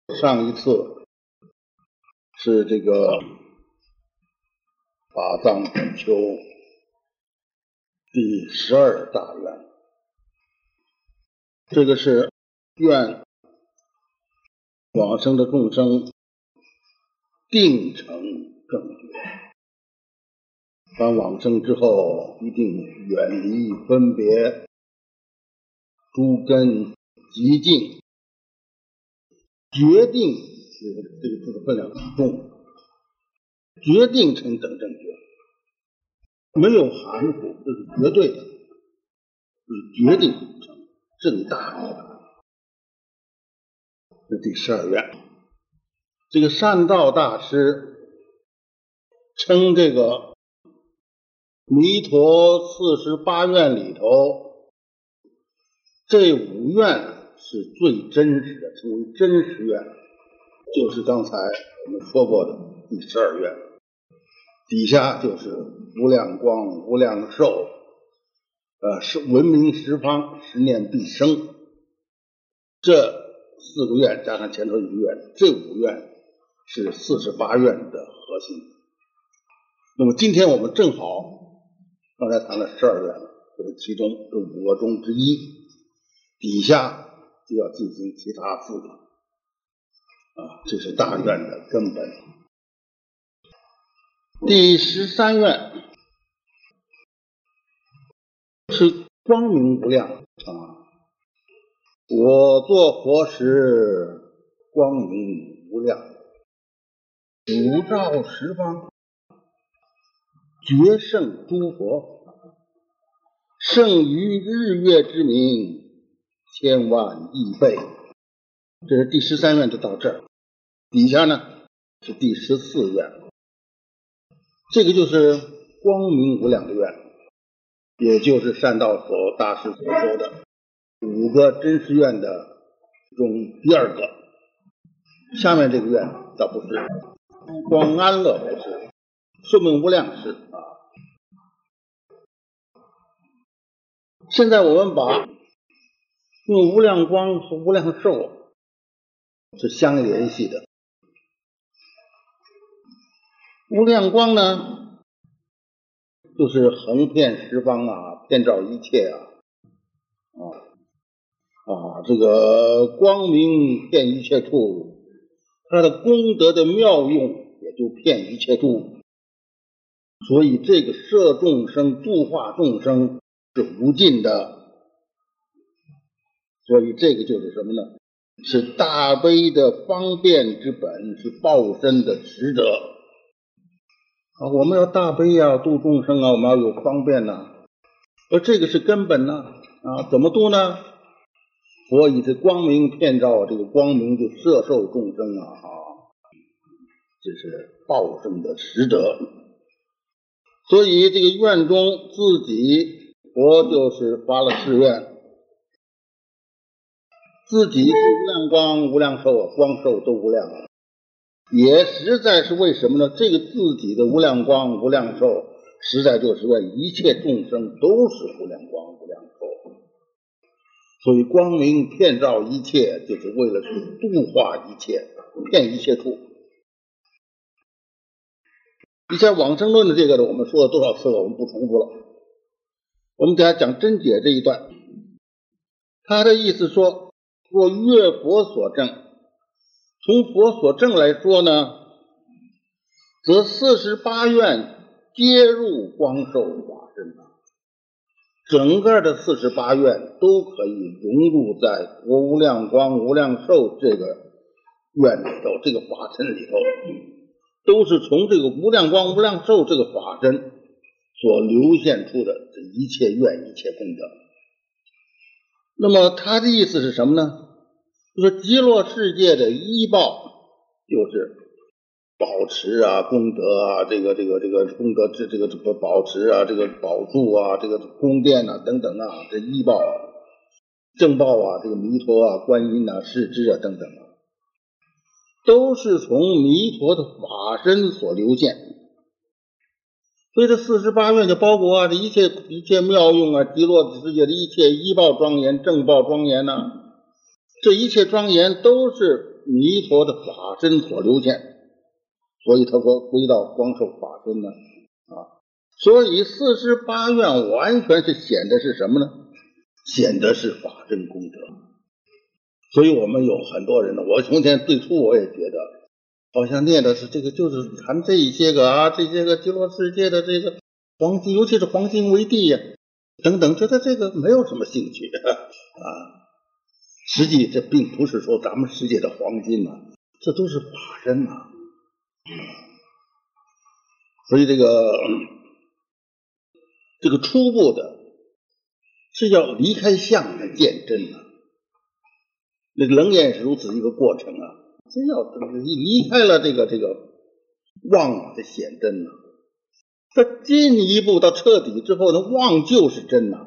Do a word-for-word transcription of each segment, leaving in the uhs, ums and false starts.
上一次是这个法藏比丘第十二大愿，这个是愿往生的众生定成正觉，当往生之后一定远离分别，诸根极净，决定这个字的分量很重，决定成等正觉，没有含糊，这是绝对的，是决定成正大觉。这第十二愿，这个善道大师称这个弥陀四十八愿里头，这五愿是最真实的，称为真实愿，就是刚才我们说过的第十二愿，底下就是无量光、无量寿，呃，是闻名十方，十念必生，这四个愿加上前头一个愿，这五愿是四十八愿的核心。那么今天我们正好刚才谈了十二愿了，这是其中这五个中之一，底下就要进行其他四个啊，这是大愿的根本。第十三愿是光明无量啊，我作佛时光明无量，普照十方，决胜诸佛，胜于日月之明，千万亿倍。这是第十三愿就到这儿，底下呢是第十四愿，这个就是光明无量的愿，也就是善道所大师所说的五个真实愿的中第二个。下面这个愿倒不是，光安乐不是，寿命无量是啊。现在我们把用无量光和无量寿是相联系的。无量光呢，就是横遍十方啊，遍照一切啊，啊啊，这个光明遍一切处，它的功德的妙用也就遍一切处，所以这个摄众生、度化众生是无尽的。所以这个就是什么呢？是大悲的方便之本，是报身的实德啊！我们要大悲啊，度众生啊，我们要有方便呐、啊，而这个是根本呐 啊, 啊，怎么度呢？佛以这光明遍照，这个光明就摄受众生啊，啊，这是报身的实德。所以这个愿中自己佛就是发了誓愿。自己是无量光、无量寿，光寿都无量，也实在是为什么呢？这个自己的无量光、无量寿，实在就是为一切众生都是无量光、无量寿，所以光明遍照一切，就是为了去度化一切，遍一切处。以前往生论的这个呢，我们说了多少次了，我们不重复了。我们等下讲真解这一段，他的意思说，若越佛所证，从佛所证来说呢，则四十八愿皆入光寿法身，整个的四十八愿都可以融入在佛无量光、无量寿这个愿里头，这个法身里头，都是从这个无量光、无量寿这个法身所流现出的这一切愿、一切功德。那么他的意思是什么呢？就是极乐世界的依报，就是保持啊、功德啊、这个这个这个功德这这个这个保持啊、这个保住啊、这个宫殿啊等等啊，这依报啊、正报啊、这个弥陀啊、观音啊、世智啊等等啊，都是从弥陀的法身所流现。所以这四十八愿就包括啊，这一切一切妙用啊，极乐世界的一切依报庄严、正报庄严呐、啊，这一切庄严都是弥陀的法身所流现，所以他说归到光寿法身呢啊，所以四十八愿完全是显的是什么呢？显的是法身功德。所以我们有很多人呢，我从前最初我也觉得好像念的是这个，就是谈这一些个啊，这些个极乐世界的这个黄金，尤其是黄金为地呀、啊、等等，觉得这个没有什么兴趣啊。实际这并不是说咱们世界的黄金啊，这都是法身啊。所以这个这个初步的是要离开相来见真啊。那个楞严是如此一个过程啊，真要离开了这个这个妄啊，这显真啊，它进一步到彻底之后呢，妄就是真啊。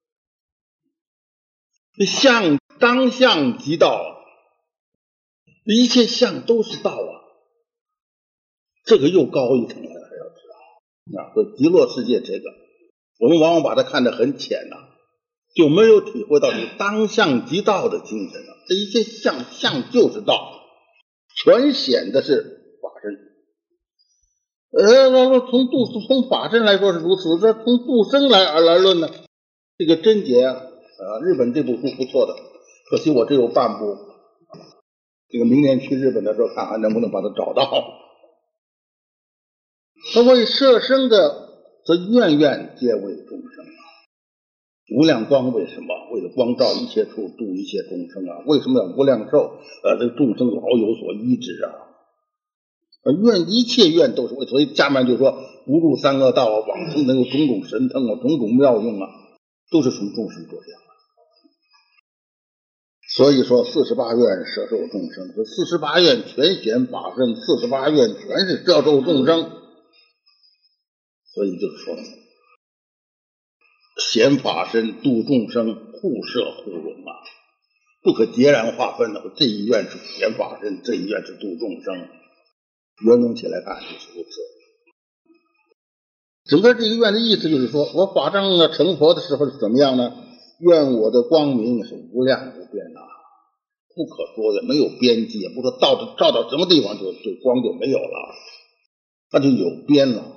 相当相即道，一切相都是道啊，这个又高一层来了，要知道啊。所以极乐世界这个，我们往往把它看得很浅呐、啊，就没有体会到你当相即道的精神了。这一切相相就是道，全显的是法身。呃，从度从法身来说是如此，这从度生来而来论呢，这个真解啊，呃，日本这部书不错的，可惜我只有半部，这个明年去日本的时候看看能不能把它找到。他为摄生的，则愿愿皆为众生啊。无量光为什么？为了光照一切处，度一切众生啊。为什么要无量寿？呃，这众生老有所依止啊。愿一切愿都是为，所以下面就说不入三恶道啊，往生能有种种神通啊，种种妙用啊，都是从众生着想啊。所以说四十八愿摄受众生，这四十八愿全显法身，四十八愿全是摄受众生。所以就是说显法身度众生，互摄互融啊，不可截然划分的。这一愿是显法身，这一愿是度众生，圆融起来看就是如此。整个这一愿的意思就是说，我法藏啊成佛的时候是怎么样呢？愿我的光明是无量无边啊，不可说的，没有边际，也不说到照到什么地方就就光就没有了，那就有边了。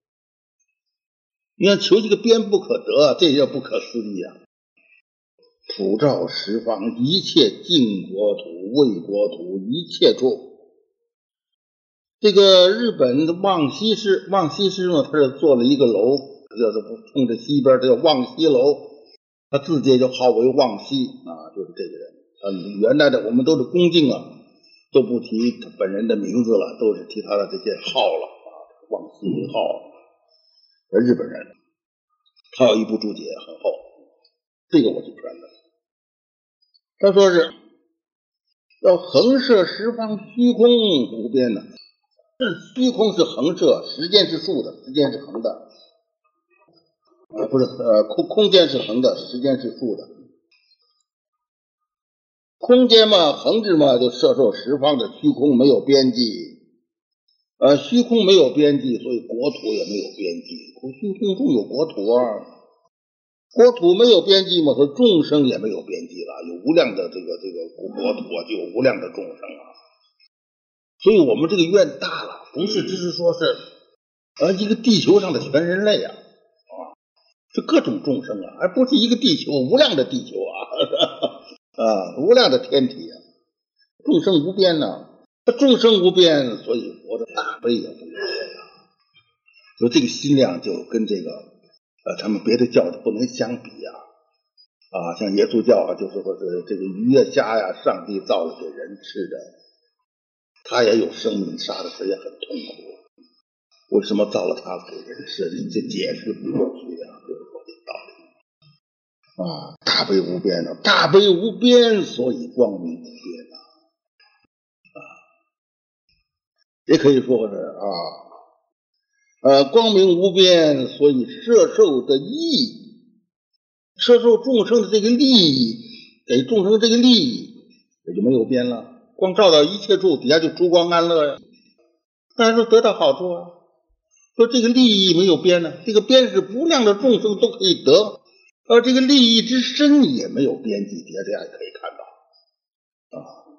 你看求这个边不可得，这叫不可思议啊！普照十方一切净国土、卫国土一切处。这个日本的望西市，望西市呢，他是做了一个楼，叫做冲着西边，叫望西楼，他自己就号为望西啊，就是这个人。嗯，原来的我们都是恭敬啊，都不提他本人的名字了，都是提他的这些号了啊，望西为号。日本人，他有一部注解很厚，这个我是全的。他说是要横摄十方虚空无边的，这虚空是横摄，时间是竖的，时间是横的，呃，不是呃空空间是横的，时间是竖的。空间嘛，横着嘛，就摄受十方的虚空没有边际。呃，虚空没有边际，所以国土也没有边际。虚空中有国土啊，国土没有边际嘛，和众生也没有边际了，有无量的这个这个国土啊，就有无量的众生啊。所以我们这个愿大了，不是只是说是呃一个地球上的全人类啊，啊，是各种众生啊，而不是一个地球，无量的地球啊，啊，无量的天体啊，众生无边呢、啊。众生无边，所以佛的大悲也不无边啊。所以这个心量就跟这个呃他们别的教的不能相比啊。啊，像耶稣教啊，就是说是这个鱼呀、虾呀，上帝造了给人吃的，他也有生命，杀的时候也很痛苦。为什么造了他给人吃？这解释不过去啊，就是说这道理啊。大悲无边啊，大悲无边，所以光明无边啊。也可以说是啊，呃，光明无边，所以摄受的益，摄受众生的这个利益，给众生这个利益也就没有边了。光照到一切处，底下就烛光安乐呀，大家都得到好处啊。说这个利益没有边呢，这个边是无量的众生都可以得，而这个利益之深也没有边际，底下这样也可以看到啊。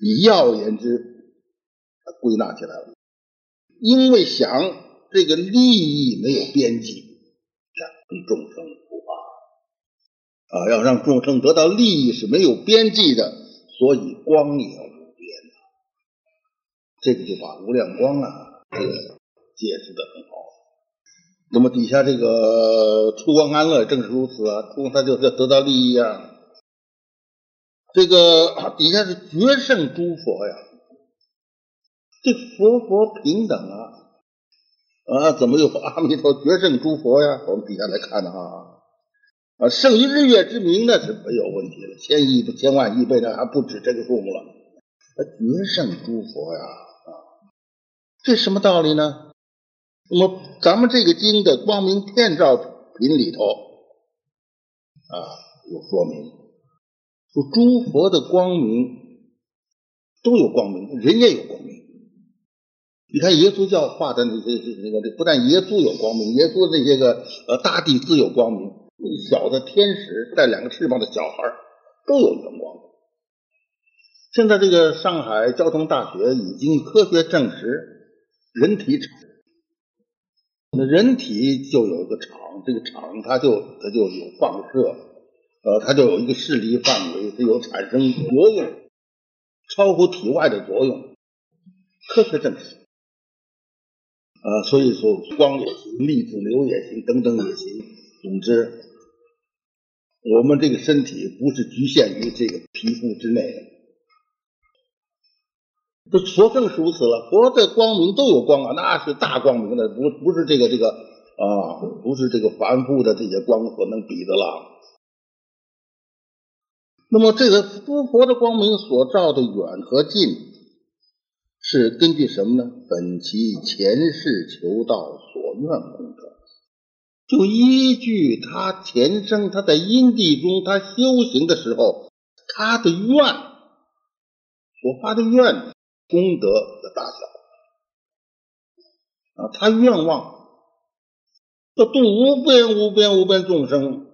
以要言之，他归纳起来了。因为想这个利益没有边际，让众生不怕啊，要让众生得到利益是没有边际的，所以光也要无边的。这个就把无量光啊，这个解释的很好。那么底下这个出光安乐正是如此啊，出光他就是得到利益啊。这个底下是决胜诸佛呀，这佛佛平等啊，啊，怎么有阿弥陀决胜诸佛呀？我们底下来看啊，啊，胜于日月之明那是没有问题的，千亿千万亿倍的还不止这个数目了。啊，决胜诸佛呀，啊，这什么道理呢？那么咱们这个经的光明遍照品里头啊有说明，说诸佛的光明都有光明，人也有光明。你看耶稣教画的那些那个，不但耶稣有光明，耶稣那些个呃大地自有光明，小的天使带两个翅膀的小孩都有圆光。现在这个上海交通大学已经科学证实，人体场，那人体就有一个场，这个场它就它就有放射，呃，它就有一个势力范围，它有产生作用，超乎体外的作用，科学证实。呃，所以说光也行，粒子流也行，等等也行。总之，我们这个身体不是局限于这个皮肤之内的。这佛更是如此了，佛的光明都有光啊，那是大光明的，不不是这个这个啊，不是这个凡夫的这些光所能比的了。那么这个诸佛的光明所照的远和近，是根据什么呢？本其前世求道所愿功德，就依据他前生他在因地中他修行的时候，他的愿所发的愿功德的大小啊，他愿望要度无边无边无边众生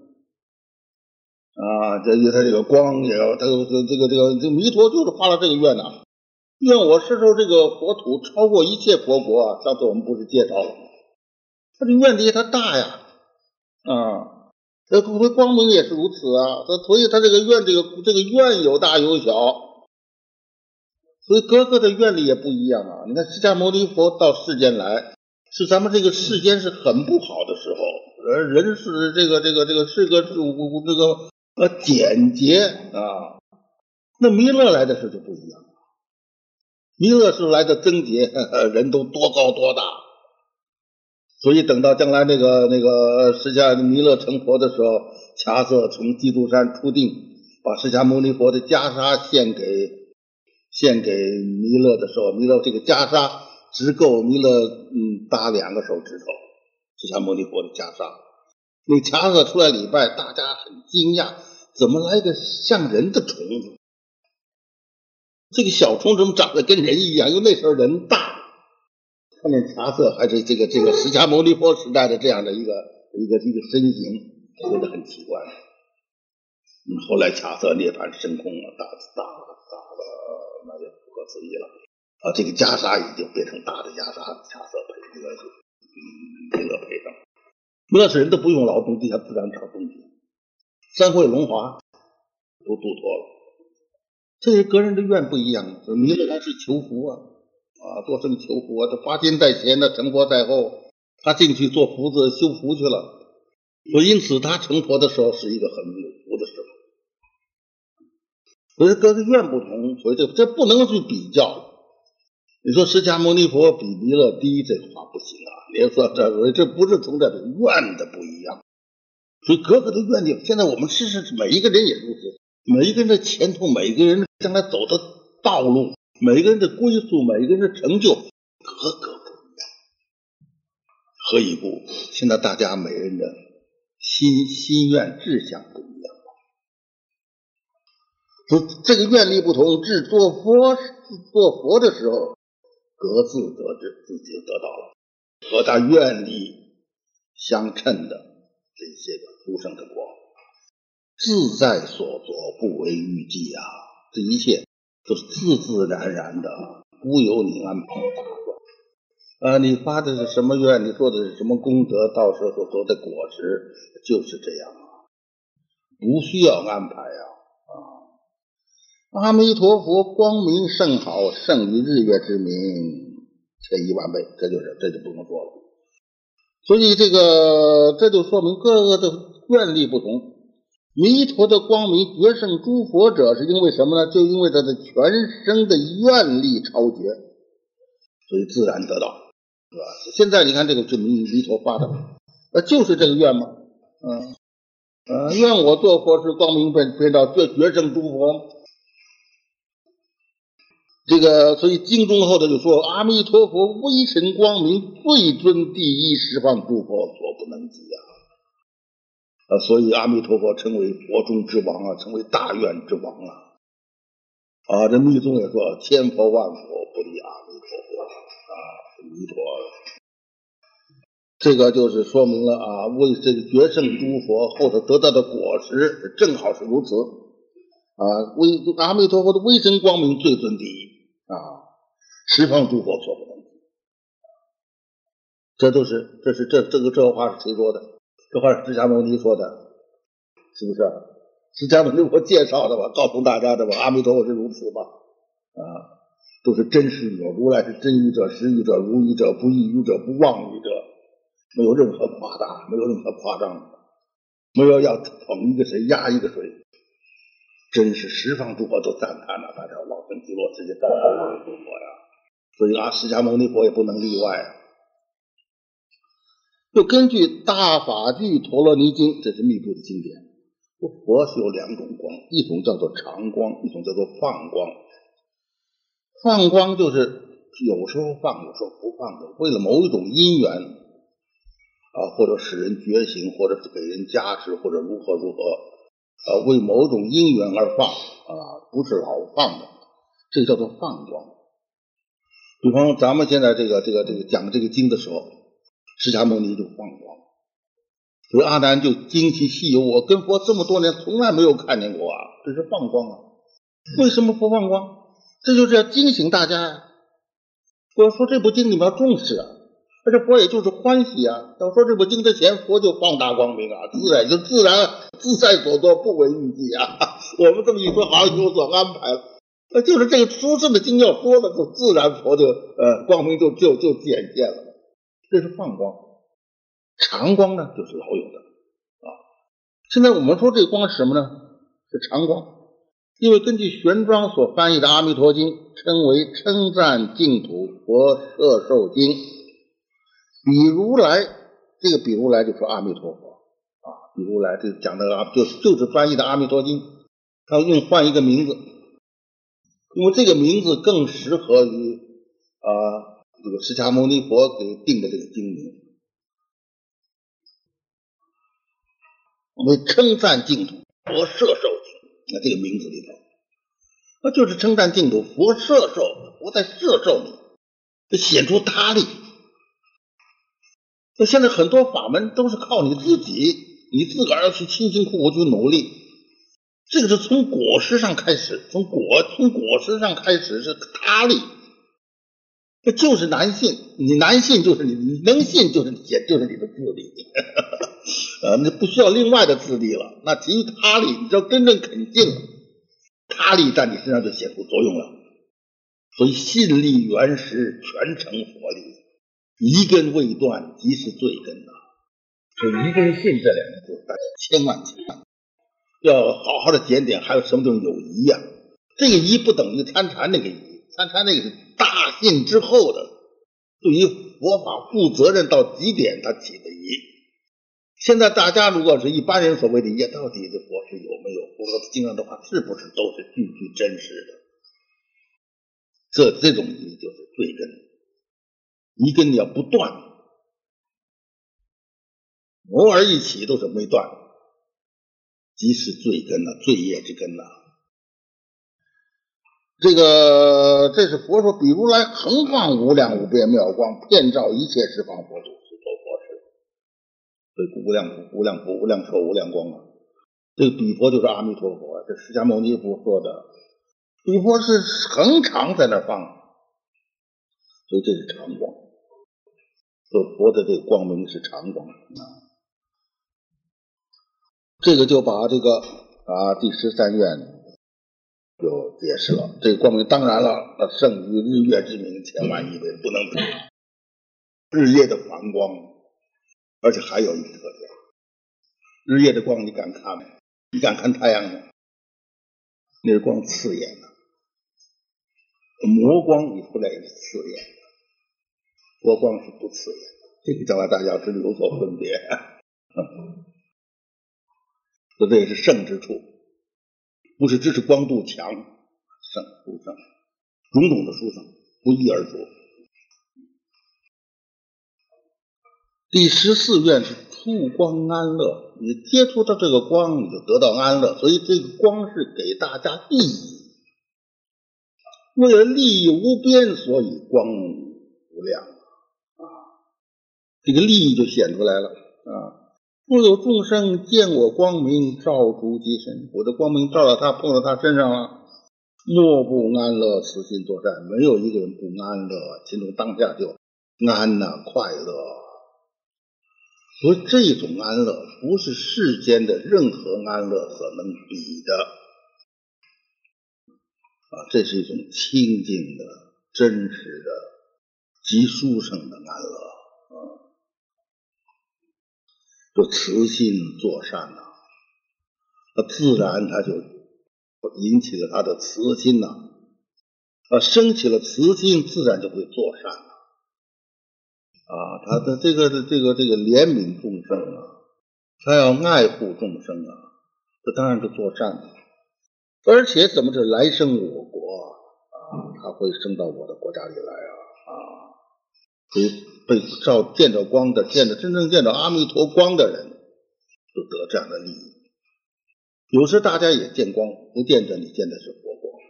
啊，这他这个光也要他这个这个这个这弥陀就是发了这个愿呐、啊。愿我摄受这个佛土超过一切佛国啊！上次我们不是介绍了吗？他这愿力他大呀，啊，这光明也是如此啊。所以他这个愿，这个这个愿有大有小，所以各个的愿力也不一样啊。你看释迦牟尼佛到世间来，是咱们这个世间是很不好的时候，而人是这个这个这个是个是这个呃简洁啊。那弥勒来的时候就不一样。弥勒是来的贞洁，人都多高多大，所以等到将来那个那个释迦弥勒成佛的时候，迦叶从基督山出定，把释迦牟尼佛的袈裟献给献给弥勒的时候，弥勒这个袈裟只够弥勒嗯搭两个手指头，释迦牟尼佛的袈裟。那迦叶出来礼拜，大家很惊讶，怎么来个像人的虫子？这个小虫怎么长得跟人一样？因为那时候人大，看见迦叶还是这个这个释迦牟尼佛时代的这样的一个一个一个身形，觉得很奇怪。嗯，后来迦叶涅槃升空了，大大大的那就不可思议了啊！这个袈裟已经变成大的袈裟，迦叶配这个嗯弥勒配上，弥勒是人都不用劳动，地下自然长东西，三会龙华都度脱了。这些个人的愿不一样，弥勒他是求福啊，啊，多生求福啊，他发心在前，他成佛在后，他进去做福子修福去了，所以因此他成佛的时候是一个很有福的时候。所以各个愿不同，所以这这不能去比较。你说释迦牟尼佛比弥勒低，这话不行啊！你说这这不是从这个愿的不一样，所以各个的愿力，现在我们事实每一个人也如此。每一个人的前途，每一个人将来走的道路，每一个人的归宿，每一个人的成就，各个不一样。何以故？现在大家每人的心心愿志向不一样。所以这个愿力不同，至做佛做佛的时候，各自得知自己得到了和他愿力相称的这些个殊胜的光。自在所作，不为预计啊！这一切都是自自然然的，不由你安排打算。啊，你发的是什么愿？你说的是什么功德？到时候所得的果实就是这样啊，不需要安排啊！啊，阿弥陀佛，光明甚好，胜于日月之明，千亿万倍。这就是，这就不用说了。所以这个，这就说明各个的愿力不同。弥陀的光明决胜诸佛者，是因为什么呢？就因为他的全生的愿力超绝，所以自然得到。是吧？现在你看这个是弥弥陀发的，呃，就是这个愿嘛，嗯，呃，愿我做佛是光明遍遍照，决决胜诸佛。这个，所以经中后头就说，阿弥陀佛威神光明，最尊第一，十方诸佛所不能及啊。呃，所以阿弥陀佛称为佛中之王啊，称为大愿之王啊。啊，这密宗也说，千佛万佛不离阿弥陀佛啊，弥陀。这个就是说明了啊，为这个决胜诸佛后头得到的果实正好是如此啊。威阿弥陀佛的威神光明最尊第一啊，十方诸佛所不能及。这都是，这是这这个这话是谁说的？这话是释迦牟尼说的，是不是？释迦牟尼佛介绍的吧，告诉大家的吧，阿弥陀佛是如此吧？啊，都是真实语，如来是真语者、实语者、如语者、不异语者、不妄语者。没有任何夸大，没有任何夸张，没有要捧一个谁压一个谁，真是十方诸佛都赞叹了，大家往生极乐世界报报阿弥陀佛呀，所以啊，释迦牟尼佛也不能例外啊。就根据《大法句陀罗尼经》，这是密部的经典，佛是有两种光，一种叫做常光，一种叫做放光。放光就是有时候放，有时候不放的，为了某一种因缘。啊，或者使人觉醒，或者是给人加持，或者如何如何，呃，为某种因缘而放啊，不是老放的，这叫做放光。比方咱们现在这个这个这个讲这个经的时候，释迦牟尼就放光，所以阿难就惊奇稀有，我跟佛这么多年从来没有看见过啊，这是放光啊，为什么不放光？这就是要惊醒大家呀。我说这部经你们要重视啊。而且佛也就是欢喜啊！要说这部经之前，佛就放大光明啊，自然就自然自在所作，不为预计啊。我们这么一说，好像有所安排了，那就是这个出世的经要说的，就自然佛就呃光明就就就显现了。这是放光，常光呢就是老有的啊。现在我们说这个光是什么呢？是常光，因为根据玄奘所翻译的《阿弥陀经》，称为称赞净土佛摄受经。比如来，这个比如来就说阿弥陀佛啊，比如来这讲的啊，就就是翻译的阿弥陀经，他用换一个名字，因为这个名字更适合于啊这个释迦牟尼佛给定的这个经名，为称赞净土佛摄受经，那这个名字里头，那就是称赞净土佛摄受，佛在摄受你，这显出他力。那现在很多法门都是靠你自己，你自个儿要去辛辛苦苦去努力，这个是从果实上开始，从果从果实上开始是他力，这就是难信，你难信就是你，你能信就是你就是你的自力，呃，你不需要另外的自力了。那至于他力，你只要真正肯信了，他力在你身上就显出作用了。所以信力原实，全成佛力。一根未断，即是罪根呐。所以一根信这两个字，大家千万千万要好好的检点。还有什么叫有疑呀、啊？这个疑不等于参禅那个疑，参禅那个是大信之后的，对于佛法负责任到极点，他起的疑。现在大家如果是一般人所谓的疑，到底这佛是有没有？佛说经上的话是不是都是句句真实的？这这种疑就是罪根。一根你要不断，偶尔一起都是没断，即是罪根呐、啊，罪业之根呐、啊。这个这是佛说，比如来横放无量无边妙光，遍照一切十方佛土，是佛佛事。所以无量无量佛、无量寿、无量光啊。这个比佛就是阿弥陀佛，这释迦牟尼佛说的。 水波是恒常在那儿放，所以这是常光。说佛的这个光明是常光啊，这个就把这个啊第十三愿就解释了。这个光明当然了，那胜于日月之明，千万亿倍，不能比日夜的繁光。而且还有一个特点，日夜的光你敢看吗？你敢看太阳吗？那是光刺眼的，魔光一出来也是刺眼的，佛光是不刺眼的，这个将来大家知道有所分别。所以这也是胜之处，不是只是光度强，胜殊胜，种种的殊胜不一而足。第十四愿是触光安乐，你接触到这个光，你就得到安乐，所以这个光是给大家利益，为了利益无边，所以光无量啊，这个利益就显出来了啊。若有众生见我光明，照诸其身，我的光明照到他，碰到他身上了，莫不安乐，慈心作善，没有一个人不安乐，心中当下就安呐，快乐。所以这种安乐不是世间的任何安乐所能比的啊，这是一种清净的、真实的、极殊胜的安乐啊。就慈心作善呐、啊，那自然他就引起了他的慈心呐、啊，啊，升起了慈心，自然就会做善了。啊，他的这个这个这个怜悯众生啊，他要爱护众生啊，这当然是做善的。而且怎么是来生我国啊，他会升到我的国家里来啊啊，所以被照见着光的，见着真正见着阿弥陀光的人，就得这样的利益。有时大家也见光，不见得你见的是佛光，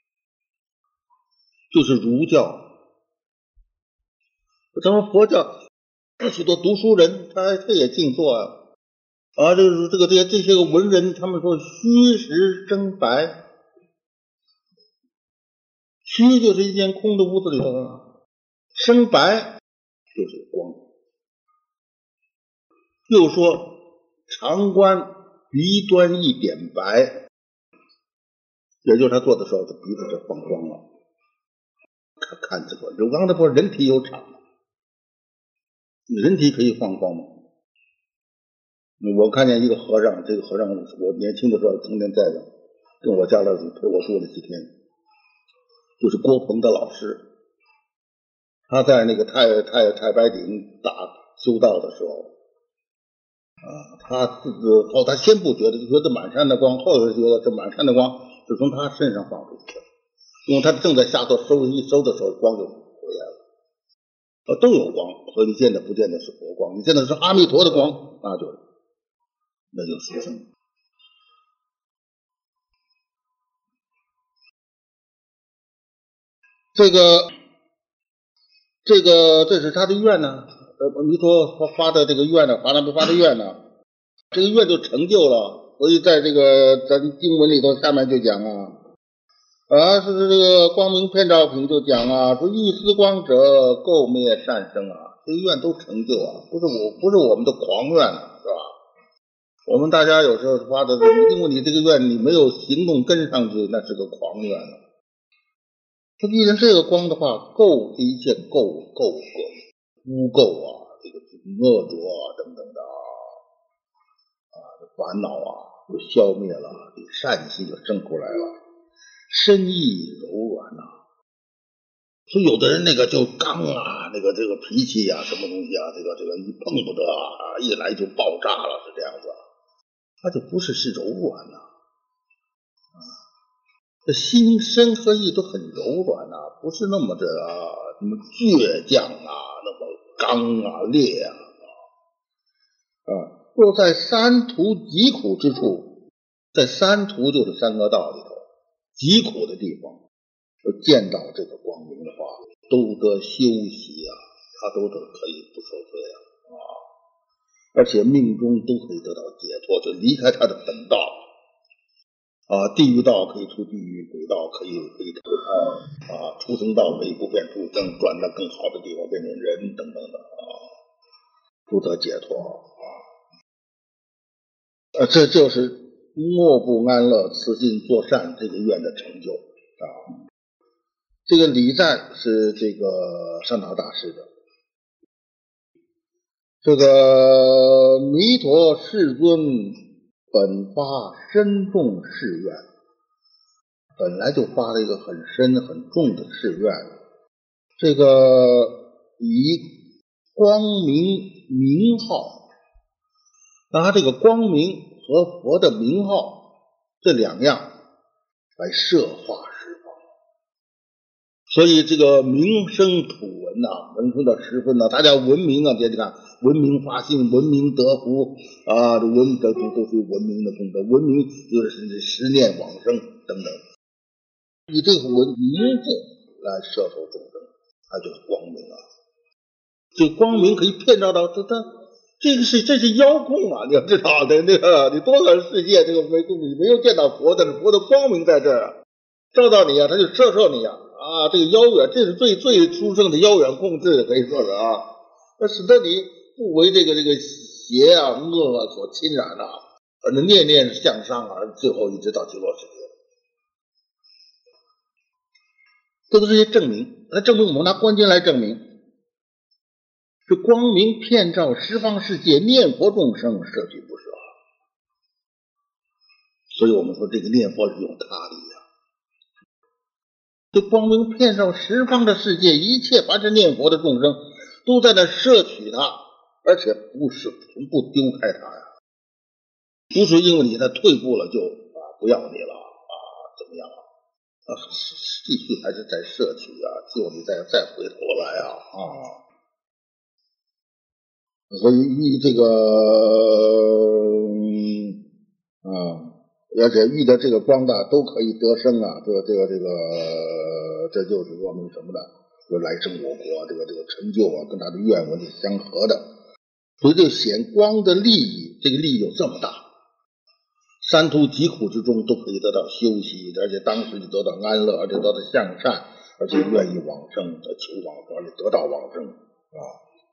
就是儒教。咱们佛教许多读书人，他他也静坐啊，啊，这个这个这些这些个文人，他们说虚实生白，虚就是一间空的屋子里头啊，生白就是光。又说长观鼻端一点白，也就是他做的时候，这鼻子就放光了。看看这个，我刚才说人体有场，人体可以放光吗？我看见一个和尚，这个和尚我年轻的时候曾经在的，跟我家里陪我住了几天，就是郭鹏的老师。他在那个太太太白顶打修道的时候啊，他自后他先不觉得，就觉得满山的光，后来觉得这满山的光是从他身上放出去的，因为他正在下头收一收的时候，光就回来了。呃，都有光，所以你见的不见得是佛光，你见的是阿弥陀的光，那就那就殊胜。这个这个这是他的愿呢，呃，弥陀发的这个愿呢，发了没发的愿呢？这个愿就成就了，所以在这个咱经文里头下面就讲啊，啊是这个光明遍照品就讲啊，说欲思光者，垢灭善生啊，这个愿都成就啊，不是我不是我们的狂愿啊，是吧？我们大家有时候发的，因为你这个愿你没有行动跟上去，那是个狂愿了。他遇见这个光的话，垢这一切垢垢污垢啊，这个恶浊啊等等的啊，啊烦恼啊就消灭了，这善心就生出来了，身意柔软呐、啊。所以有的人那个就刚啊，那个这个脾气啊，什么东西啊，这个这个一碰不得啊，一来就爆炸了，是这样子。他就不是是柔软呐、啊，这心身和意都很柔软呐、啊，不是那么的啊，什么倔强啊，那么刚啊烈啊啊。若在三途极苦之处，在三途就是三恶道里头极苦的地方，见到这个光明的话，都得休息啊，他都得可以不受罪啊啊，而且命中都可以得到解脱，就离开他的本道啊，地狱道可以出地狱，鬼道可以可以投胎啊，畜生道可以不变畜生，转到更好的地方变成人等等的啊，都得解脱啊。呃，这就是莫不安乐，慈心作善这个愿的成就啊。这个礼赞是这个善导大师的。这个弥陀世尊本发深重誓愿，本来就发了一个很深很重的誓愿，这个以光明名号，拿这个光明和佛的名号这两样来摄化十方，所以这个名声土文呐、啊，文声的十分呐、啊，大家文明啊，这看文明发心，文明得福啊，这文这都都是文明的功德，文明就是十念往生等等，以这个文名字来摄受众生，它就是光明啊。这光明可以遍照到这它这个是这是妖供啊，你要知道的，那个你多个世界这个没你没有见到佛，但是佛的光明在这儿啊，照到你啊，他就摄受你啊。啊，这个妖远，这是最最殊胜的妖远控制，可以说是啊，那使得你不为这个这个邪啊恶啊所侵染啊，而能念念向上啊，最后一直到极乐世界，这都是些证明。来证明我们拿观经来证明，这光明遍照十方世界，念佛众生摄取不舍，所以我们说这个念佛是用他力啊。这光明遍照十方的世界，一切凡是念佛的众生都在那摄取它，而且不是从不丢开它呀，不是因为你那退步了就啊不要你了啊怎么样啊啊继续还是在摄取啊，救你再再回头来啊啊，所以遇这个嗯啊。而且遇到这个光大都可以得生啊，这个这个这个，这就是说明什么呢？就来生我国这个这个成就啊，跟他的愿望是相合的，所以就显光的利益，这个利益有这么大，三途疾苦之中都可以得到休息，而且当时就得到安乐，而且得到向善，而且愿意往生，求往生，而且得到往生啊。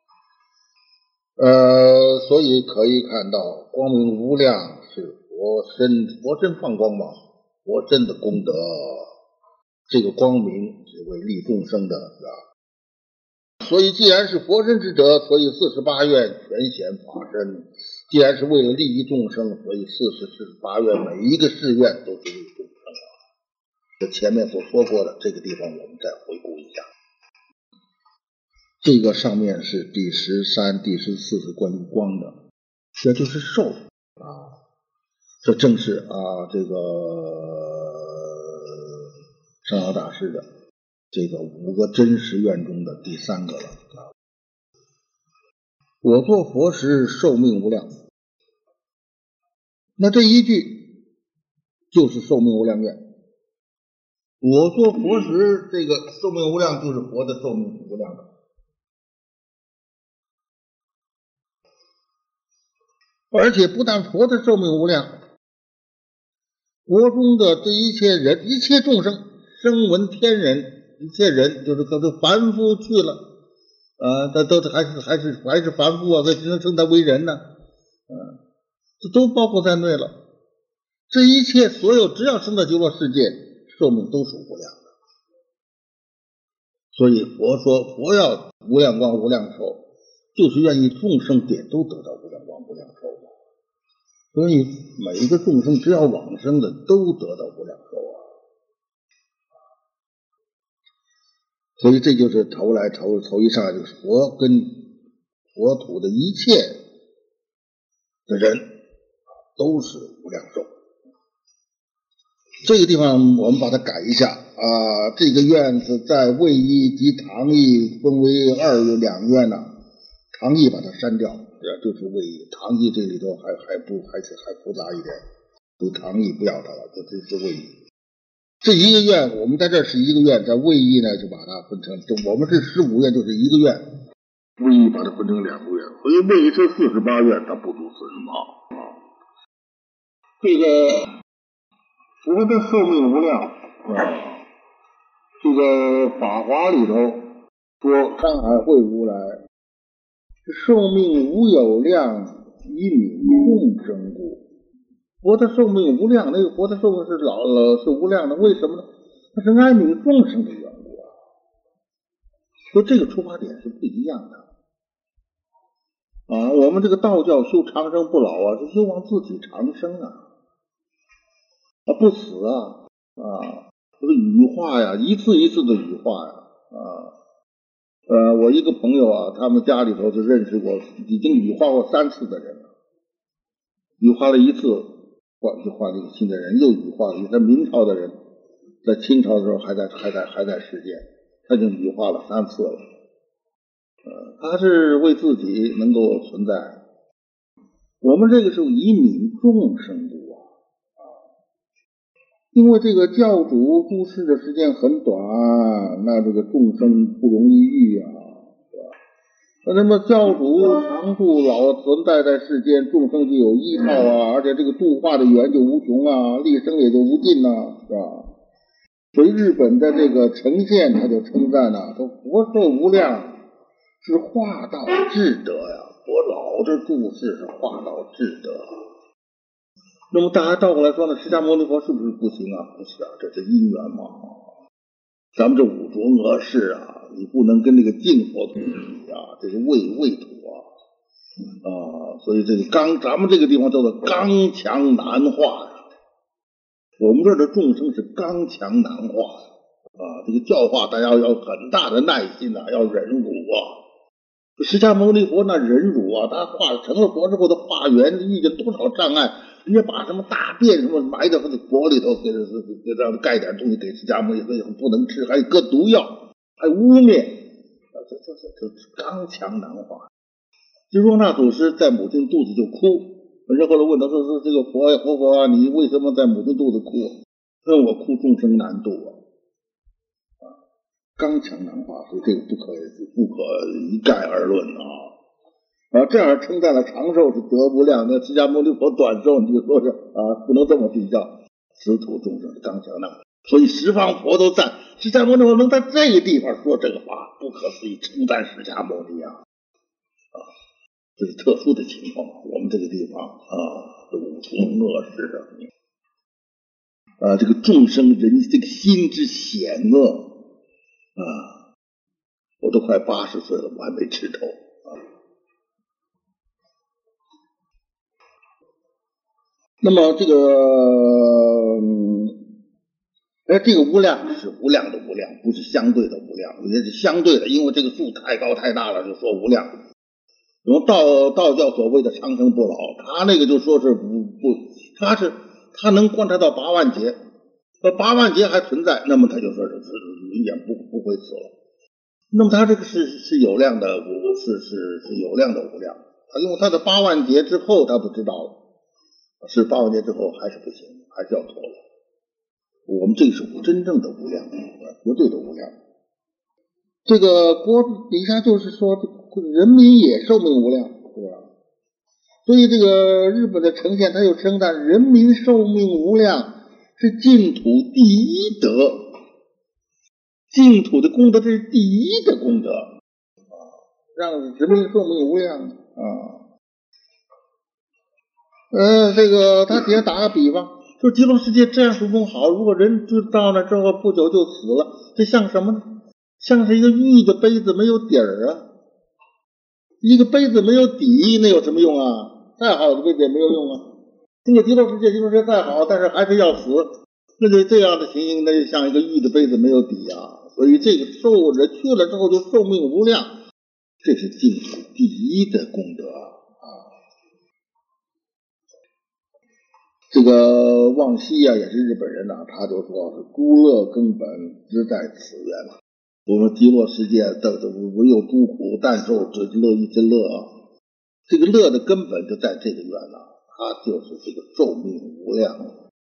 呃，所以可以看到光明无量是佛身，佛身放光芒，佛身的功德，这个光明是为利众生的，是吧？所以既然是佛身之德，所以四十八愿全显法身。既然是为了利益众生，所以四十四十八愿每一个誓愿都是为众生啊。这前面所说过的这个地方，我们再回顾一下。这个上面是第十三、第十四是关于光的，这就是受啊。这正是啊，这个上老大师的这个五个真实愿中的第三个了啊。我作佛时寿命无量，那这一句就是寿命无量愿。我作佛时，这个寿命无量就是佛的寿命是无量的。而且不但佛的寿命无量，国中的这一切人，一切众生，声闻天人，一切人就是可是凡夫去了，啊，他都还是还是还是凡夫啊，所以只能称他为人呢，啊，这都包括在内了。这一切所有只要生到极乐世界，寿命都属无量的。所以佛说，佛要无量光无量寿，就是愿意众生点都得到无量光无量寿的。所以每一个众生只要往生的都得到无量寿啊。所以这就是头来头头一上就是佛跟佛土的一切的人都是无量寿。这个地方我们把它改一下啊，这个院子在魏义及唐义分为二两院呢、啊，唐义把它删掉。就是魏义，唐义这里头还还不还是还复杂一点，所以唐义不要它了，就这是魏义。这一个院，我们在这是一个院，在魏义呢就把它分成，就我们是十五院就是一个院，魏义把它分成两个院，所以魏义是四十八院，它不足四十八啊。这个佛的寿命无量啊。这个法华里头说上海会如来寿命无有量，以悯众生故。佛的寿命无量，那个佛的寿命是老老是无量的，为什么呢？那是哀悯众生的缘故啊。所以这个出发点是不一样的啊。我们这个道教修长生不老啊，是希望自己长生啊，啊不死啊啊，这个羽化呀，一次一次的羽化呀啊。呃，我一个朋友啊，他们家里头就认识过已经羽化过三次的人了，羽化了一次，换就换了一个新的人，又羽化了一个明朝的人，在清朝的时候还在还在还在世间，他就羽化了三次了。呃，他是为自己能够存在，我们这个是以悯众生故啊。因为这个教主住世的时间很短，那这个众生不容易遇啊，是吧？那么教主常住老存在在世间，众生就有依靠啊，而且这个度化的缘就无穷啊，立生也就无尽啊，是吧？所以日本的这个呈现他就称赞啊，说佛寿无量是化道至德呀，佛老这住世是化道至德。那么大家倒过来说呢，释迦牟尼佛是不是不行啊？不是啊，这是因缘嘛。咱们这五浊恶世啊，你不能跟这个净佛土比啊，这是畏畏土啊啊，所以这个刚咱们这个地方叫做刚强难化呀。我们这儿的众生是刚强难化啊，这个教化大家要有很大的耐心啊，要忍辱啊。释迦牟尼佛那忍辱啊，他化成了佛之后的化缘遇见多少障碍，人家把什么大便什么埋在他的国里头，给给给让他盖点东西给释迦牟尼佛不能吃，还搁毒药，还污蔑，这这这这刚强难化。就若那祖师在母亲肚子就哭，人后来问他说说这个佛呀佛佛啊，你为什么在母亲肚子哭？他说我哭众生难度啊。刚强难化，所以这个不可不可一概而论啊。啊，这样称赞了长寿是德无量，那释迦牟尼佛短寿，你就说是啊，不能这么比较。此土众生是刚强难化，所以十方佛都赞释迦牟尼佛能在这个地方说这个话，不可思议，称赞释迦牟尼啊啊，这是特殊的情况。我们这个地方啊，这五重恶世啊，啊，这个众生人这个心之险恶。啊，我都快八十岁了，我还没吃透啊。那么这个，哎，这个无量是无量的无量，不是相对的无量，也是相对的，因为这个数太高太大了，就说无量。然后道道教所谓的长生不老，他那个就说是不不，他是他能观察到八万劫。那八万劫还存在，那么他就说是永远不不会死了。那么他这个是是有量的，是是是有量的无量。他因为他的八万劫之后他不知道了，是八万劫之后还是不行，还是要脱了。我们这个是真正的无量，绝对的无量。这个国底下就是说，人民也寿命无量，是吧？所以这个日本的呈现，他又称赞人民寿命无量。是净土第一德，净土的功德，这是第一的功德啊，让人民寿命无量啊。呃，这个他底下打个比方，说极乐世界这样是不好，如果人就到那之后不久就死了，这像什么呢？像是一个玉的杯子没有底儿啊，一个杯子没有底，那有什么用啊？再好的杯子也没有用啊。这个极乐世界，极乐世界再好，但是还是要死，那就这样的情形，那就像一个玉的杯子没有底啊。所以这个寿人去了之后就寿命无量，这是净土第一的功德啊。这个望西啊，也是日本人呐、啊，他就说是诸乐根本只在此缘了。我们极乐世界的唯有诸苦，但受这乐一之乐啊，这个乐的根本就在这个缘了、啊。它就是这个寿命无量。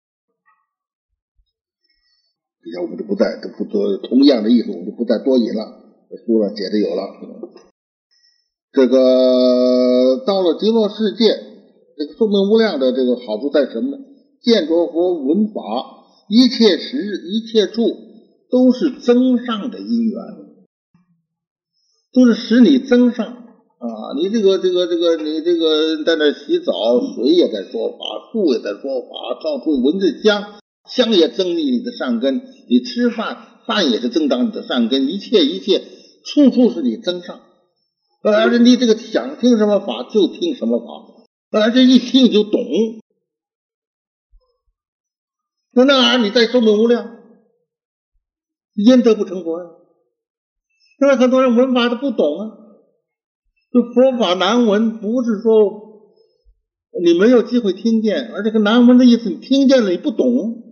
底下我们就不再不多同样的意思，我们就不再多引了，书上写的有了。这个到了极乐世界，这个寿命无量的这个好处在什么呢？见着佛闻法， 一切时一切处都是增上的因缘，都是使你增上啊！你这个这个这个你这个在那洗澡，水也在说法，树也在说法，到处闻着香，香也增益你的善根，你吃饭饭也是增长你的善根，一切一切处处是你增上。而且你这个想听什么法就听什么法，而且一听就懂。那那玩意儿你再寿命无量，焉得不成佛呀？因为很多人闻法他不懂啊，就佛法难闻，不是说你没有机会听见，而这个难闻的意思你听见了你不懂，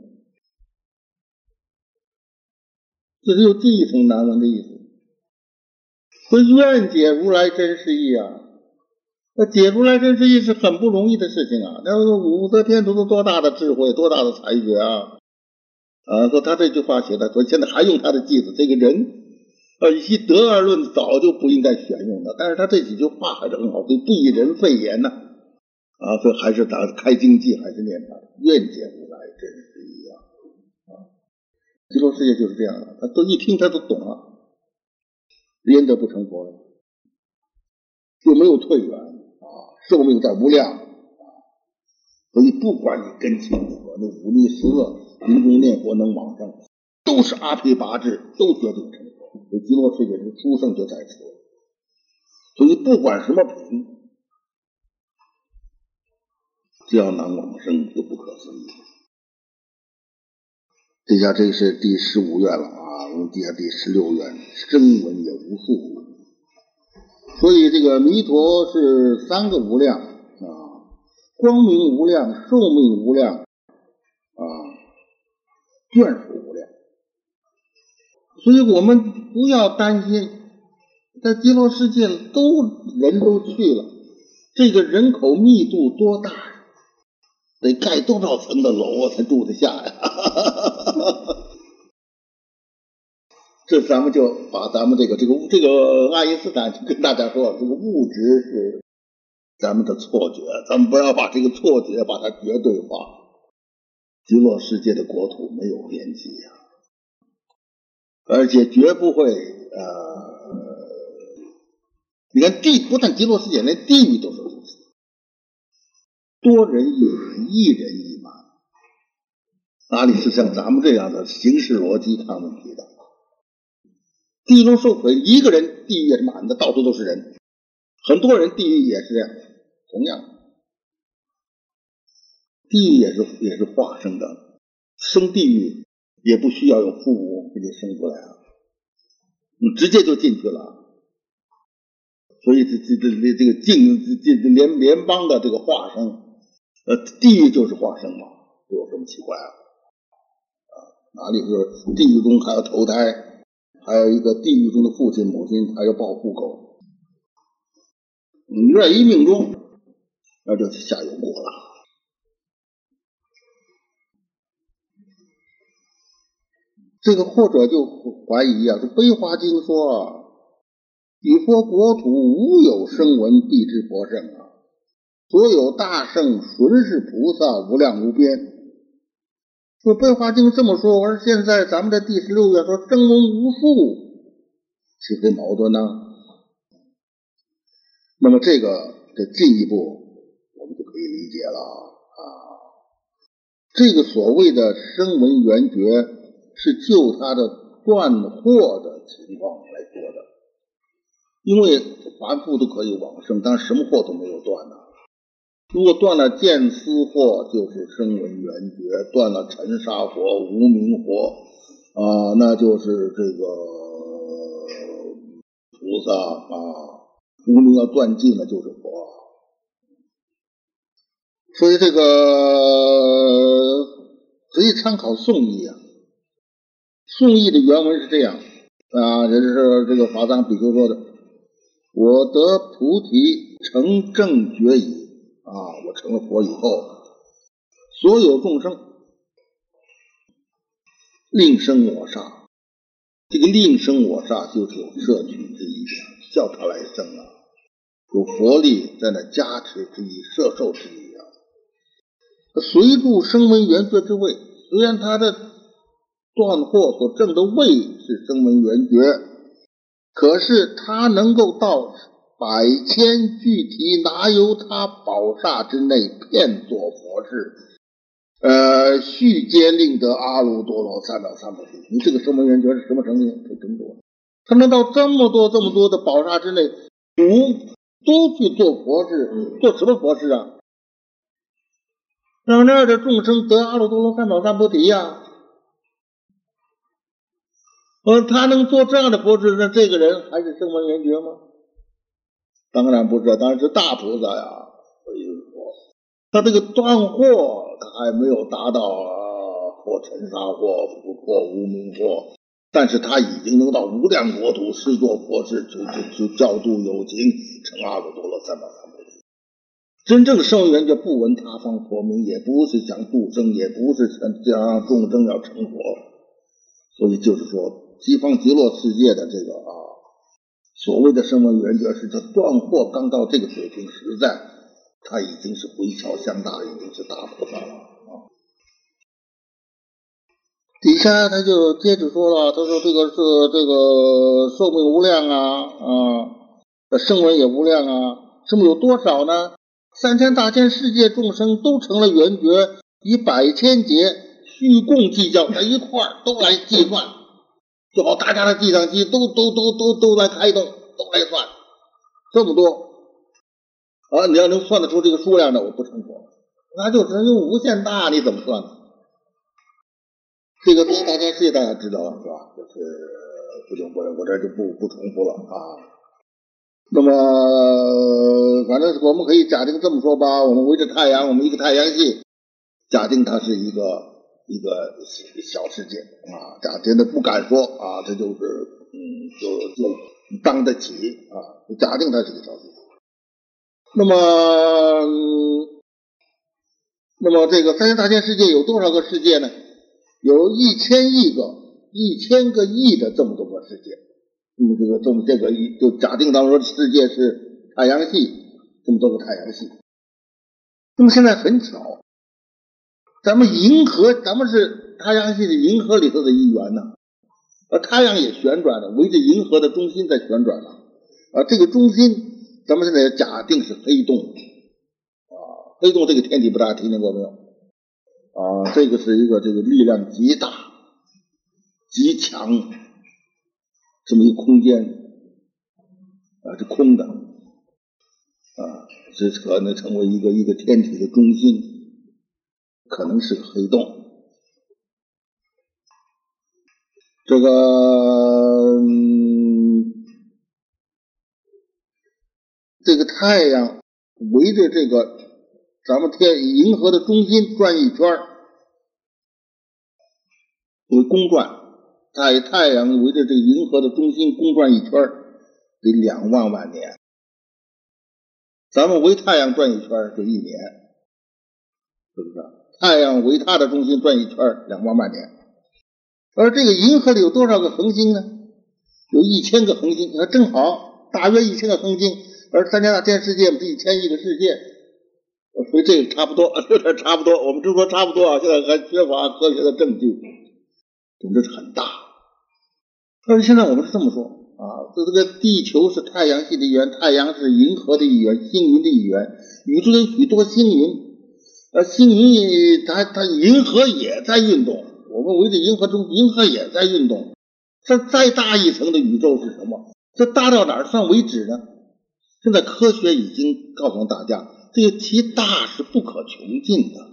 这是有记忆层难闻的意思。所以愿解如来真实义啊，那解如来真实义是很不容易的事情啊。那武则天都是多大的智慧，多大的才学啊！啊，说他这句话写的，说现在还用他的句子，这个人呃，以其德而论，早就不应该选用的。但是他这几句话还是很好，对不以人废言呢。啊，所以还是他开经记，还是念他愿解如来真实义啊。啊，极乐世界就是这样的，他都一听他都懂了。焉得不成佛呀？就没有退缘啊，寿命在无量啊，所以不管你根器如何，那五力十恶、临终念佛能往生，都是阿毗跋致，都决定成佛。所以极乐世界是殊胜就在此，所以不管什么品，只要能往生就不可思议。这下这是第十五愿了啊，我们底下第十六愿，声闻也无数。所以这个弥陀是三个无量啊，光明无量，寿命无量啊，眷属无量。所以我们不要担心，在极乐世界都人都去了，这个人口密度多大，得盖多少层的楼才住得下呀？这咱们就把咱们这个这个这个爱因斯坦就跟大家说，这个物质是咱们的错觉，咱们不要把这个错觉把它绝对化。极乐世界的国土没有边际呀，而且绝不会呃，你看地不但极乐世界，连地狱都是如此，多人一满，一人一满，哪里是像咱们这样的形式逻辑看问题的？地狱中受苦，一个人地狱也是满的，到处都是人，很多人地狱也是这样，同样地狱也是也是化生的，生地狱也不需要用父母给你生出来啊，你直接就进去了。所以这这这这个境这这联联邦的这个化生，呃，地狱就是化生嘛，这有什么奇怪啊？啊，哪里是地狱中还要投胎？还有一个地狱中的父亲母亲还要报户口，你愿意命中，那就下油锅了。这个或者就怀疑啊，这《悲华经》说啊，彼佛国土无有声闻必知佛圣啊，所有大圣纯是菩萨无量无边。说《悲华经》这么说，而现在咱们的第十六愿说声闻无数，岂非矛盾呢？那么这个的进一步我们就可以理解了啊。这个所谓的声闻缘觉是就他的断惑的情况来说的，因为凡夫都可以往生，但什么惑都没有断呢、啊。如果断了见思惑，就是声闻缘觉；断了尘沙惑、无明惑啊，那就是这个菩萨啊，无明要断尽了就是佛。所以这个可以参考宋义啊，宋义的原文是这样啊，也就是这个法藏比丘说的：“我得菩提成正觉矣。”啊，我成了佛以后，所有众生令生我刹，这个令生我刹就是有摄取之意啊，叫他来生啊，有佛力在那加持之意、摄受之意啊。随住声闻缘觉之位，虽然他的断惑所证的位是声闻缘觉，可是他能够到百千具体，哪有他宝刹之内遍作佛事，呃，续皆令得阿耨多罗三藐三菩提。你这个声闻缘觉是什么成就？可真多，他能到这么多这么多的宝刹之内，不都去做佛事，做什么佛事啊？让那样的众生得阿耨多罗三藐三菩提呀、啊！呃，他能做这样的佛事，那这个人还是声闻缘觉吗？当然不是，当然是大菩萨呀。所以说，他这个断惑，他还没有达到破尘沙惑、不破无明惑，但是他已经能到无量国土施作佛事，去去去教度有情，成阿耨多罗三藐三菩提。真正的声闻缘觉不闻他方佛名，也不是想度生，也不是想让众生要成佛。所以就是说，西方极乐世界的这个啊，所谓的声闻缘觉是这断惑刚到这个水平，实在他已经是回桥相大，已经是大菩萨了啊。底下他就接着说了，他说这个是这个寿命无量啊啊，声闻也无量啊，这么有多少呢？三千大千世界众生都成了缘觉，以百千劫虚共计较在一块儿，都来计算，就好大家的计算机都都都都都来开动，都来算，这么多啊！你要能算得出这个数量的，我不成佛，那就只能用无限大，你怎么算呢？这个大千世界大家知道是吧？就是不久不人，我这就不不重复了啊。那么反正我们可以假定这么说吧，我们围着太阳，我们一个太阳系，假定它是一个一个小世界啊，假定的不敢说啊，这就是嗯，就就当得起啊，假定它是一个小世界。那么、嗯、那么这个三千大千世界有多少个世界呢？有一千亿个一千个亿的这么多个世界。那么这个这么这个就假定当中世界是太阳系，这么多个太阳系。那么现在很巧，咱们银河，咱们是太阳系的银河里头的一员呢，而太阳也旋转了，围着银河的中心在旋转了。啊，这个中心咱们现在假定是黑洞啊，黑洞这个天体不大家听见过没有？啊，这个是一个这个力量极大、极强。这么一个空间啊，是空的啊，这可能成为一个一个天体的中心，可能是个黑洞。这个、嗯、这个太阳围着这个咱们天银河的中心转一圈，为公转。太太阳围着这个银河的中心公转一圈，得两万万年。咱们围太阳转一圈就一年，是不是？太阳围它的中心转一圈两万万年。而这个银河里有多少个恒星呢？有一千个恒星，那正好大约一千个恒星。而三千大千世界是一千亿个世界，所以这个差不多，有点差不多。我们就说差不多啊，现在还缺乏科学的证据。总之是很大，但是现在我们是这么说啊，这这个地球是太阳系的一员，太阳是银河的一员，星云的一员，宇宙有许多星云，呃，星云它它银河也在运动，我们围着银河中，银河也在运动。这再大一层的宇宙是什么？这大到哪儿算为止呢？现在科学已经告诉大家，这个其大是不可穷尽的。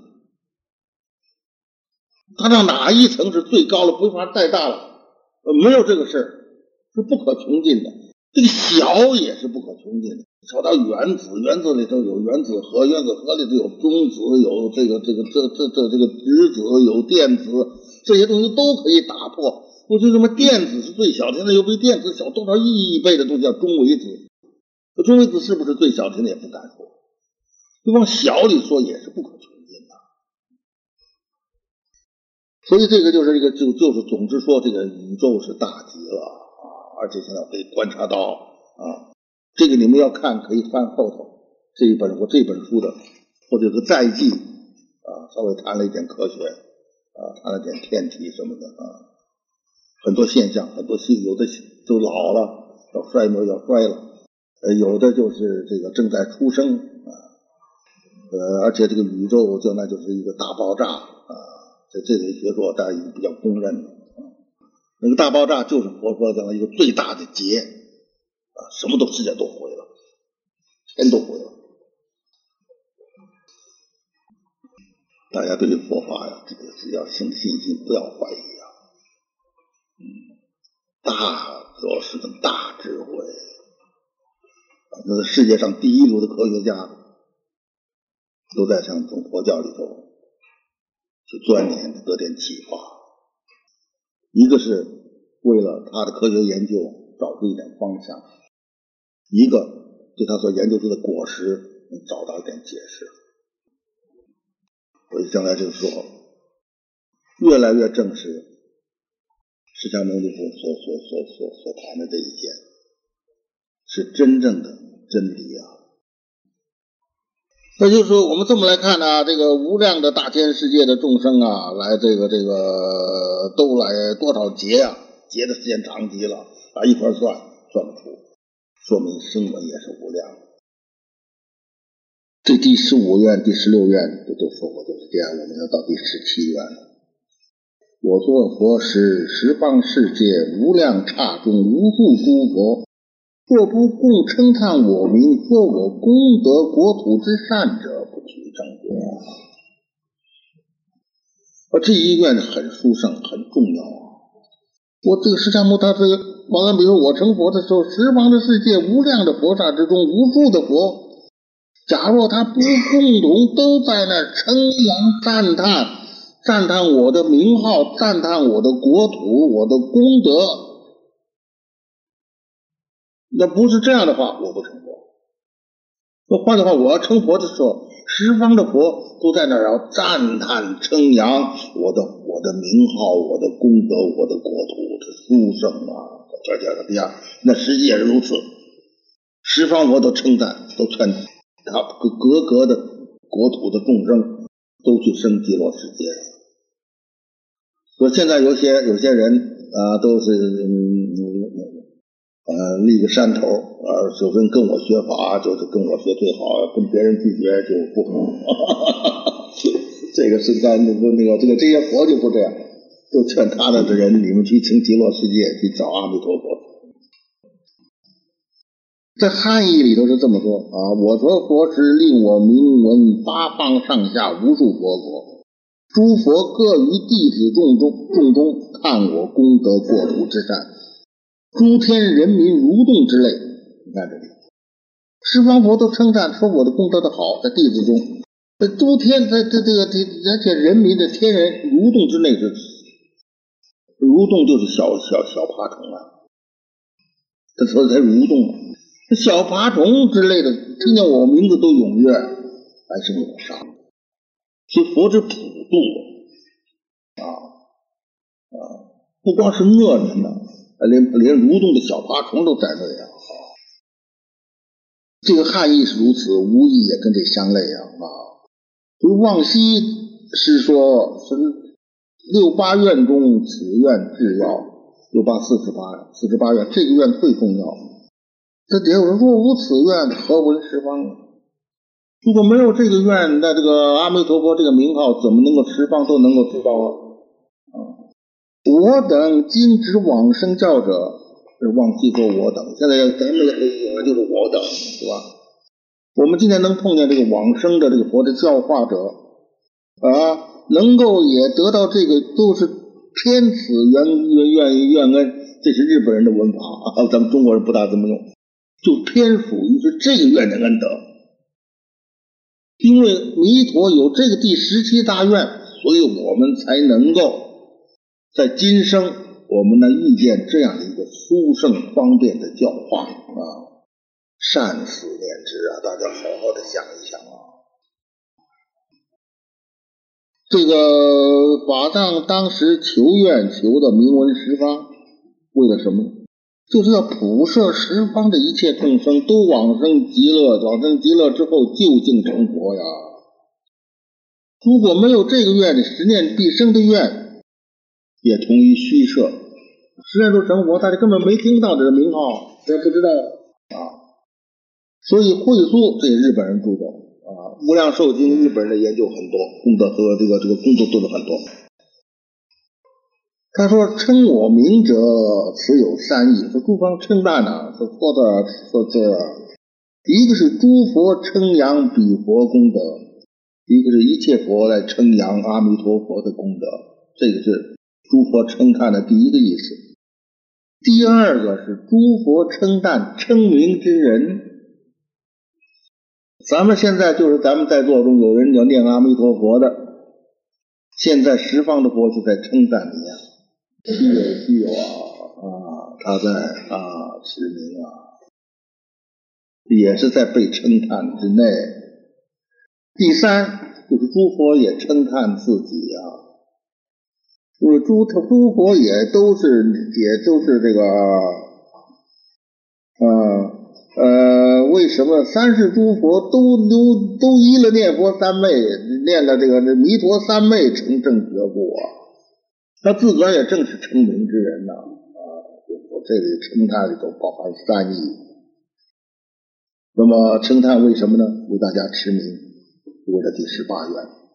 它到哪一层是最高了，没法再大了，呃，没有这个事儿，是不可穷尽的。这个小也是不可穷尽的，小到原子，原子里头有原子核，原子核里头有中子，有这个这个这这这这个质子，有电子，这些东西都可以打破。不是什么电子是最小的，现在又比电子小多少亿倍的东西叫中微子，中微子是不是最小的也不敢说，就往小里说也是不可穷尽的。所以这个就是这个就就是总之说这个宇宙是大极了啊，而且现在可以观察到啊，这个你们要看可以翻后头这一本我这本书的或者个载记啊，稍微谈了一点科学啊，他那点天体什么的啊，很多现象，很多星有的就老了，要衰没要衰了，呃，有的就是这个正在出生啊，呃，而且这个宇宙就那就是一个大爆炸啊，这这个学说大家已经比较公认了啊。那个大爆炸就是佛说讲的一个最大的劫啊，什么都世界都毁了，天都毁了。大家对于佛法呀，这个是要生信心，不要怀疑啊。嗯，大主要是个大智慧。那个世界上第一流的科学家都在向从佛教里头去钻研，得点启发。一个是为了他的科学研究找出一点方向，一个对他所研究出的果实能找到一点解释。所以将来这个时候越来越证实释迦牟尼佛所所所所所谈的这一件是真正的真理啊。那就是说我们这么来看呢、啊，这个无量的大千世界的众生啊，来这个这个都来多少劫啊，劫的时间长极了啊，一块算算不出，说明声闻也是无量。这第十五愿、第十六愿都都说过都是这样，我们要到第十七愿了。我作佛时，十方世界无量刹中无数诸佛，若不共称叹我名，说我功德国土之善者，不取正觉啊！啊，这一愿很殊胜，很重要啊！我这个释迦牟尼他这个，完了，比如我成佛的时候，十方的世界无量的佛刹之中，无数的佛。假若他不共同都在那儿称扬赞叹，赞叹我的名号，赞叹我的国土，我的功德，那不是这样的话，我不成佛。那换句话，我要成佛的时候，十方的佛都在那儿要赞叹称扬我的我的名号，我的功德，我的国土，这殊胜啊！这这这样，那实际也是如此，十方佛都称赞，都劝他各个的国土的众生都去生极乐世界。所以现在有些有些人啊，都是嗯呃立个山头啊，首先跟我学法，就是跟我学最好，跟别人拒绝就不好。这个是咱那个那个这个这些佛就不这样，都劝他的人，你们去成极乐世界去找阿弥陀佛。在汉译里头是这么说啊，我作佛时，令我名闻八方上下无数佛国，诸佛各于弟子众中众中看我功德国土之善，诸天人民如动之类。你看这里，十方佛都称赞说我的功德的好，在弟子中，在诸天在这这个这而且人民的天人如动之内是如动，就是小小小爬虫啊，这所以才如动。小爬虫之类的听见我名字都踊跃来生我上，所以佛之普度啊啊，不光是恶人呢、啊，连连蠕动的小爬虫都在那样啊。这个汉译是如此，无意也跟这相类啊啊。所以望西是说是六八愿中此愿至要，六八四十八四十八愿，这个愿最重要。这底下有人若无此愿，何闻十方？如果没有这个愿，那这个阿弥陀佛这个名号怎么能够十方都能够知道啊？啊，我等今指往生教者，是忘记说我等。现在咱们用的就是我等，是吧？我们今天能碰见这个往生的这个佛的教化者啊，能够也得到这个都是天赐愿愿愿恩，这是日本人的文法啊，咱们中国人不大这么用。就偏属于是这个愿的恩德，因为弥陀有这个第十七大愿，所以我们才能够在今生我们呢遇见这样的一个殊胜方便的教化啊，善思念之啊，大家好好的想一想啊。这个法藏当时求愿求的名闻十方，为了什么？就是要普摄十方的一切众生都往生极乐，往生极乐之后究竟成佛呀。 如果没有这个愿，十念必生的愿，也同于虚设。十念处成佛，大家根本没听到这个名号，也不知道啊。所以慧疏这日本人著的啊，无量寿经日本人的研究很多，功德和这个这个工作做的很多。他说称我名者此有三义，说诸方称赞呢，说说的说这一个是诸佛称扬彼佛功德，一个是一切佛来称扬阿弥陀佛的功德，这个是诸佛称叹的第一个意思。第二个是诸佛称赞称名之人。咱们现在就是咱们在座中有人要念阿弥陀佛的，现在十方的佛就在称赞你啊，稀有稀有啊啊，他在啊持名啊，也是在被称叹之内。第三就是诸佛也称叹自己啊，就是诸诸佛也都是也都是这个呃呃，为什么三世诸佛都都都依了念佛三昧，念了这个弥陀三昧成正觉悟啊？他自个儿也正是称名之人呐啊！我这里称叹里头包含三义。那么称叹为什么呢？为大家持名，为了第十八愿。